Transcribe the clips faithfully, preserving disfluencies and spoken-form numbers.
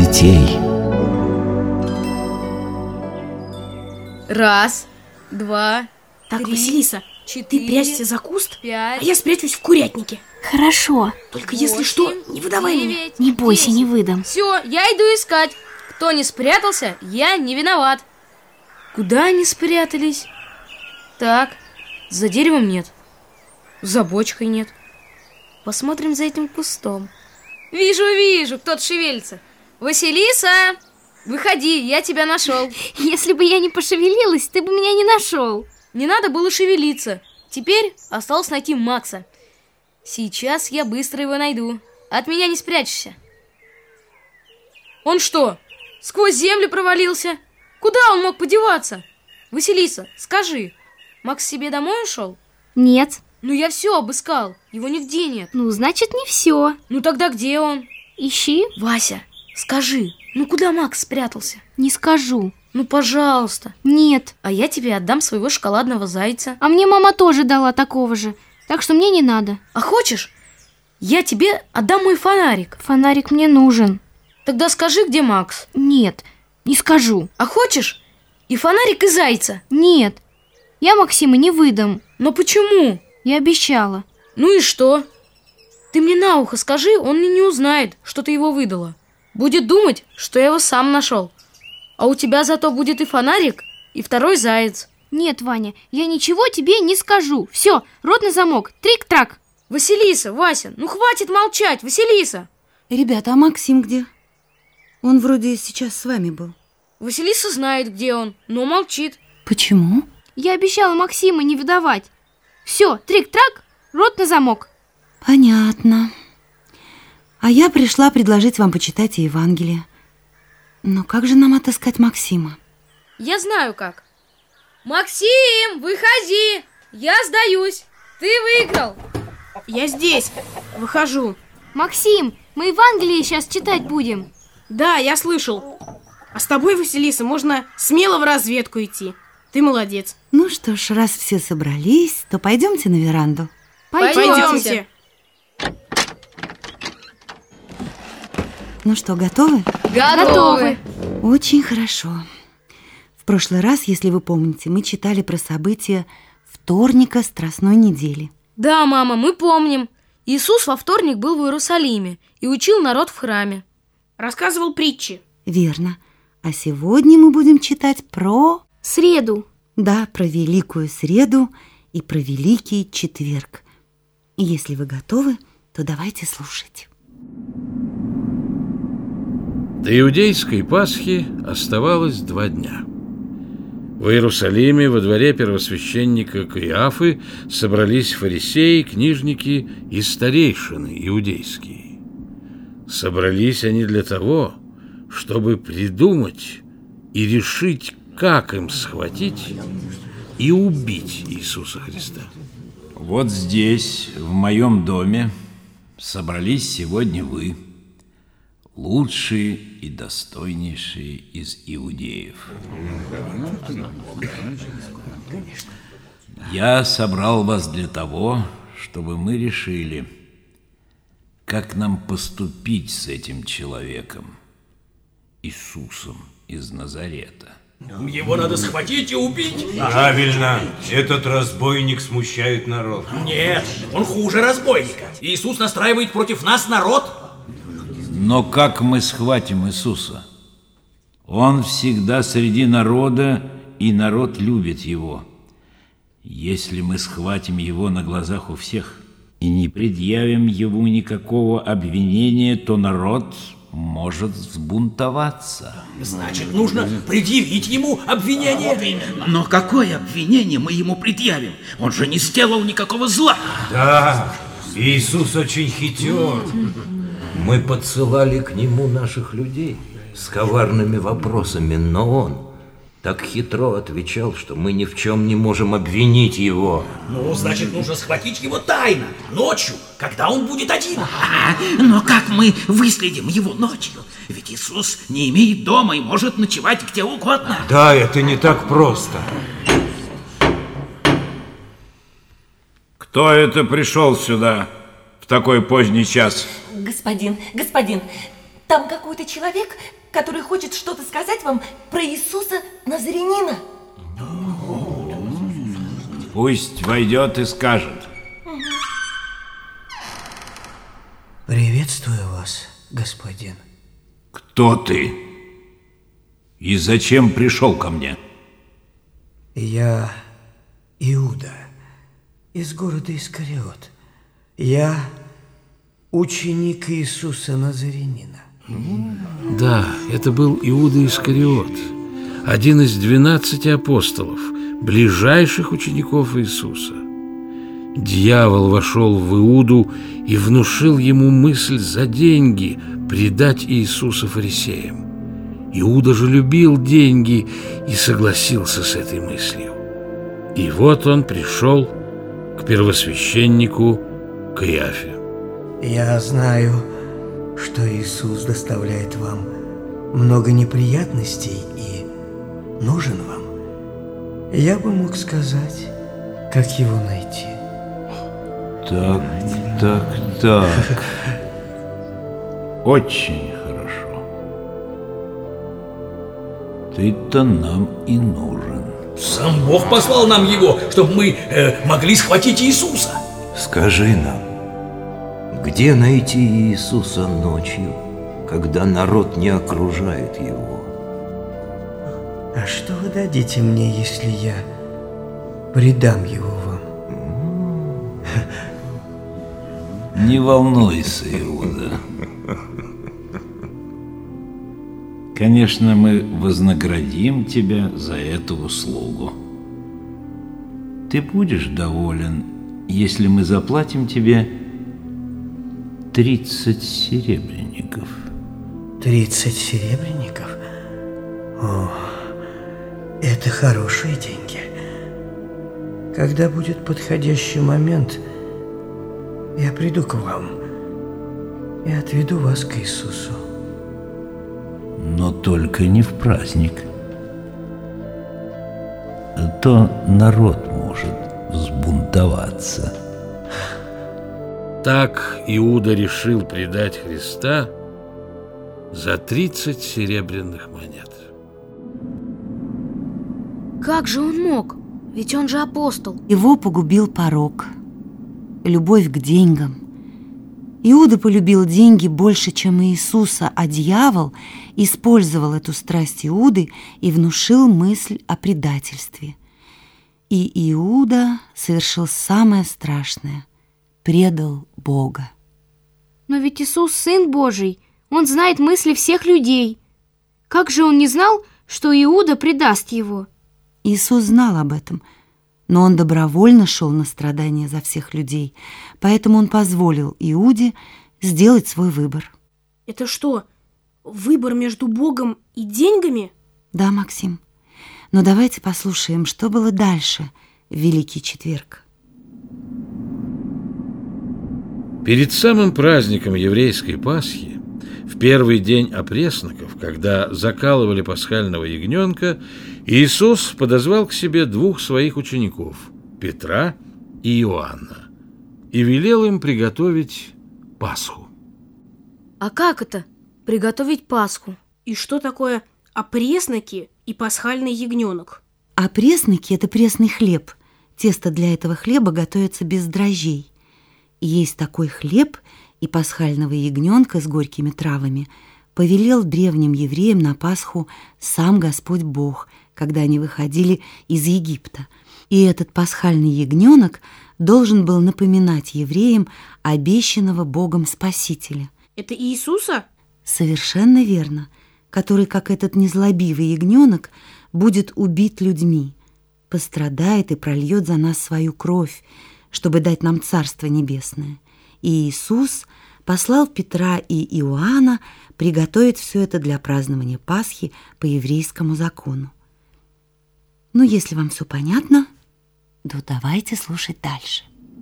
детей. Раз, два, Так, три, Василиса, четыре, ты прячься за куст, пять, а я спрячусь в курятнике. Хорошо. Только если что, не выдавай меня. девять, Не бойся, десять. не выдам. Все, я иду искать. Кто не спрятался, я не виноват. Куда они спрятались? Так, за деревом нет, за бочкой нет. Посмотрим за этим кустом. Вижу, вижу, кто-то шевелится. Василиса, выходи, я тебя нашел. Если бы я не пошевелилась, ты бы меня не нашел. Не надо было шевелиться. Теперь осталось найти Макса. Сейчас я быстро его найду. От меня не спрячешься. Он что, сквозь землю провалился? Куда он мог подеваться? Василиса, скажи, Макс к себе домой ушел? Нет. Ну я все обыскал, его нигде нет. Ну, значит, не все. Ну тогда где он? Ищи. Вася, скажи, ну куда Макс спрятался? Не скажу. Ну пожалуйста. Нет. А я тебе отдам своего шоколадного зайца. А мне мама тоже дала такого же. Так что мне не надо. А хочешь, я тебе отдам мой фонарик? Фонарик мне нужен. Тогда скажи, где Макс. Нет, не скажу. А хочешь, и фонарик, и зайца? Нет, я Максима не выдам. Но почему? Я обещала. Ну и что? Ты мне на ухо скажи, он и не узнает, что ты его выдала. Будет думать, что я его сам нашел. А у тебя зато будет и фонарик, и второй заяц. Нет, Ваня, я ничего тебе не скажу. Все, рот на замок, трик-трак. Василиса, Вася, ну хватит молчать, Василиса. Ребята, а Максим где? Он вроде сейчас с вами был. Василиса знает, где он, но молчит. Почему? Я обещала Максима не выдавать. Все, трик-трак, рот на замок. Понятно. А я пришла предложить вам почитать Евангелие. Но как же нам отыскать Максима? Я знаю как. Максим, выходи! Я сдаюсь. Ты выиграл. Я здесь, выхожу. Максим, мы Евангелие сейчас читать будем. Да, я слышал. А с тобой, Василиса, можно смело в разведку идти. Ты молодец. Ну что ж, раз все собрались, то пойдемте на веранду. Пойдемте. Ну что, готовы? Готовы. Очень хорошо. В прошлый раз, если вы помните, мы читали про события вторника Страстной недели. Да, мама, мы помним. Иисус во вторник был в Иерусалиме и учил народ в храме. Рассказывал притчи. Верно. А сегодня мы будем читать про... Среду. Да, про Великую Среду и про Великий Четверг. И если вы готовы, то давайте слушать. До иудейской Пасхи оставалось два дня. В Иерусалиме во дворе первосвященника Каиафы собрались фарисеи, книжники и старейшины иудейские. Собрались они для того, чтобы придумать и решить, как им схватить и убить Иисуса Христа. Вот здесь, в моем доме, собрались сегодня вы, лучшие и достойнейшие из иудеев. Я собрал вас для того, чтобы мы решили, как нам поступить с этим человеком, Иисусом из Назарета. Его надо схватить и убить. Правильно. Этот разбойник смущает народ. Нет, он хуже разбойника. Иисус настраивает против нас народ. Но как мы схватим Иисуса? Он всегда среди народа, и народ любит его. Если мы схватим его на глазах у всех и не предъявим ему никакого обвинения, то народ может взбунтоваться. Значит, нужно предъявить ему обвинение. Но какое обвинение мы ему предъявим? Он же не сделал никакого зла. Да, Иисус очень хитер. Мы подсылали к нему наших людей с коварными вопросами, но он так хитро отвечал, что мы ни в чем не можем обвинить его. Ну, значит, нужно схватить его тайно, ночью, когда он будет один. А, но как мы выследим его ночью? Ведь Иисус не имеет дома и может ночевать где угодно. Да, это не так просто. Кто это пришел сюда в такой поздний час? Господин, господин, там какой-то человек который хочет что-то сказать вам про Иисуса Назарянина. Пусть войдет и скажет. Приветствую вас, господин. Кто ты? И зачем пришел ко мне? Я Иуда из города Искариот. Я ученик Иисуса Назарянина. Да, это был Иуда Искариот, один из двенадцати апостолов, ближайших учеников Иисуса. Дьявол вошел в Иуду и внушил ему мысль за деньги предать Иисуса фарисеям. Иуда же любил деньги и согласился с этой мыслью. И вот он пришел к первосвященнику Каиафе. Я знаю, что Иисус доставляет вам много неприятностей и нужен вам. Я бы мог сказать, как его найти. Так, так, так. Очень хорошо. Ты-то нам и нужен. Сам Бог послал нам его, чтобы мы э, могли схватить Иисуса. Скажи нам, где найти Иисуса ночью, когда народ не окружает его? А что вы дадите мне, если я предам его вам? Не волнуйся, Иуда. Конечно, мы вознаградим тебя за эту услугу. Ты будешь доволен, если мы заплатим тебе тридцать серебряников. Тридцать серебряников? О, это хорошие деньги. Когда будет подходящий момент, я приду к вам и отведу вас к Иисусу. Но только не в праздник. А то народ может взбунтоваться. Так Иуда решил предать Христа за тридцать серебряных монет. Как же он мог? Ведь он же апостол. Его погубил порок, любовь к деньгам. Иуда полюбил деньги больше, чем Иисуса, а дьявол использовал эту страсть Иуды и внушил мысль о предательстве. И Иуда совершил самое страшное – предал Бога. Но ведь Иисус Сын Божий, Он знает мысли всех людей. Как же Он не знал, что Иуда предаст Его? Иисус знал об этом, но Он добровольно шел на страдания за всех людей, поэтому Он позволил Иуде сделать свой выбор. Это что, выбор между Богом и деньгами? Да, Максим. Но давайте послушаем, что было дальше в Великий Четверг. Перед самым праздником еврейской Пасхи, в первый день опресноков, когда закалывали пасхального ягненка, Иисус подозвал к себе двух своих учеников, Петра и Иоанна, и велел им приготовить Пасху. А как это? Приготовить Пасху? И что такое опресноки и пасхальный ягненок? Опресноки – это пресный хлеб. Тесто для этого хлеба готовится без дрожжей. Есть такой хлеб, и пасхального ягненка с горькими травами повелел древним евреям на Пасху сам Господь Бог, когда они выходили из Египта. И этот пасхальный ягненок должен был напоминать евреям обещанного Богом Спасителя. Это Иисуса? Совершенно верно, который, как этот незлобивый ягненок, будет убит людьми, пострадает и прольет за нас свою кровь, чтобы дать нам Царство Небесное. И Иисус послал Петра и Иоанна приготовить все это для празднования Пасхи по еврейскому закону. Ну, если вам все понятно, то давайте слушать дальше.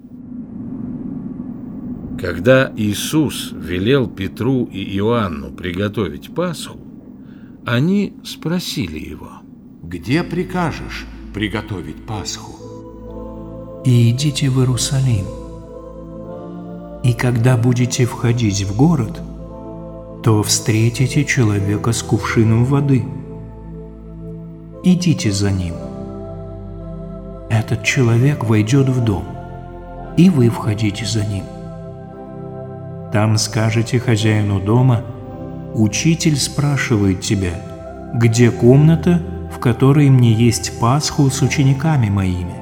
Когда Иисус велел Петру и Иоанну приготовить Пасху, они спросили его: «Где прикажешь приготовить Пасху?» «И идите в Иерусалим, и когда будете входить в город, то встретите человека с кувшином воды. Идите за ним. Этот человек войдет в дом, и вы входите за ним. Там скажете хозяину дома: «Учитель спрашивает тебя, где комната, в которой мне есть Пасху с учениками моими?»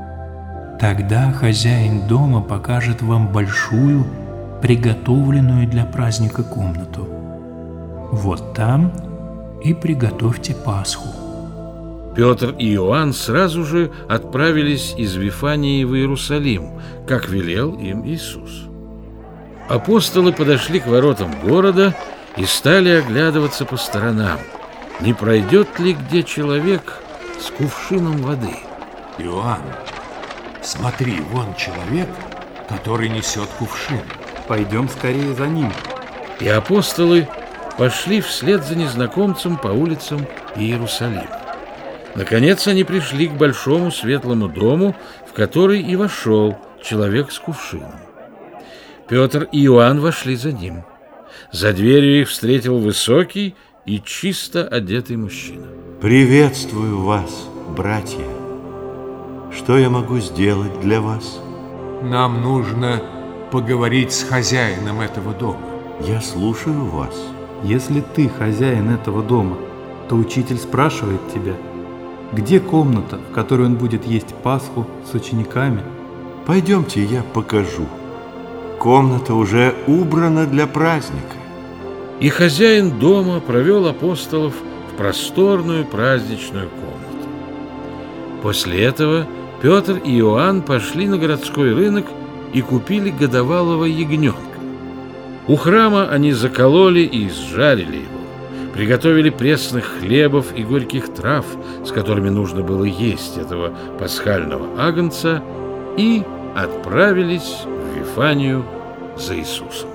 Тогда хозяин дома покажет вам большую, приготовленную для праздника комнату. Вот там и приготовьте Пасху. Петр и Иоанн сразу же отправились из Вифании в Иерусалим, как велел им Иисус. Апостолы подошли к воротам города и стали оглядываться по сторонам, не пройдет ли где человек с кувшином воды. Иоанн, смотри, вон человек, который несет кувшин. Пойдем скорее за ним. И апостолы пошли вслед за незнакомцем по улицам Иерусалима. Наконец они пришли к большому светлому дому, в который и вошел человек с кувшином. Петр и Иоанн вошли за ним. За дверью их встретил высокий и чисто одетый мужчина. Приветствую вас, братья. Что я могу сделать для вас? Нам нужно поговорить с хозяином этого дома. Я слушаю вас. Если ты хозяин этого дома, то учитель спрашивает тебя, где комната, в которой он будет есть Пасху с учениками? Пойдемте, я покажу. Комната уже убрана для праздника. И хозяин дома провел апостолов в просторную праздничную комнату. После этого Петр и Иоанн пошли на городской рынок и купили годовалого ягненка. У храма они закололи и изжарили его, приготовили пресных хлебов и горьких трав, с которыми нужно было есть этого пасхального агнца, и отправились в Вифанию за Иисусом.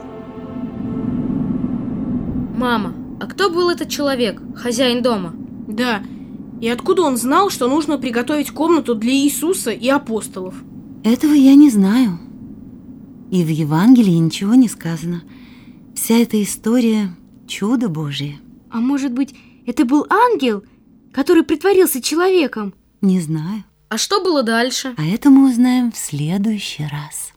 Мама, а кто был этот человек, хозяин дома? Да, и откуда он знал, что нужно приготовить комнату для Иисуса и апостолов? Этого я не знаю. И в Евангелии ничего не сказано. Вся эта история – чудо Божие. А может быть, это был ангел, который притворился человеком? Не знаю. А что было дальше? А это мы узнаем в следующий раз.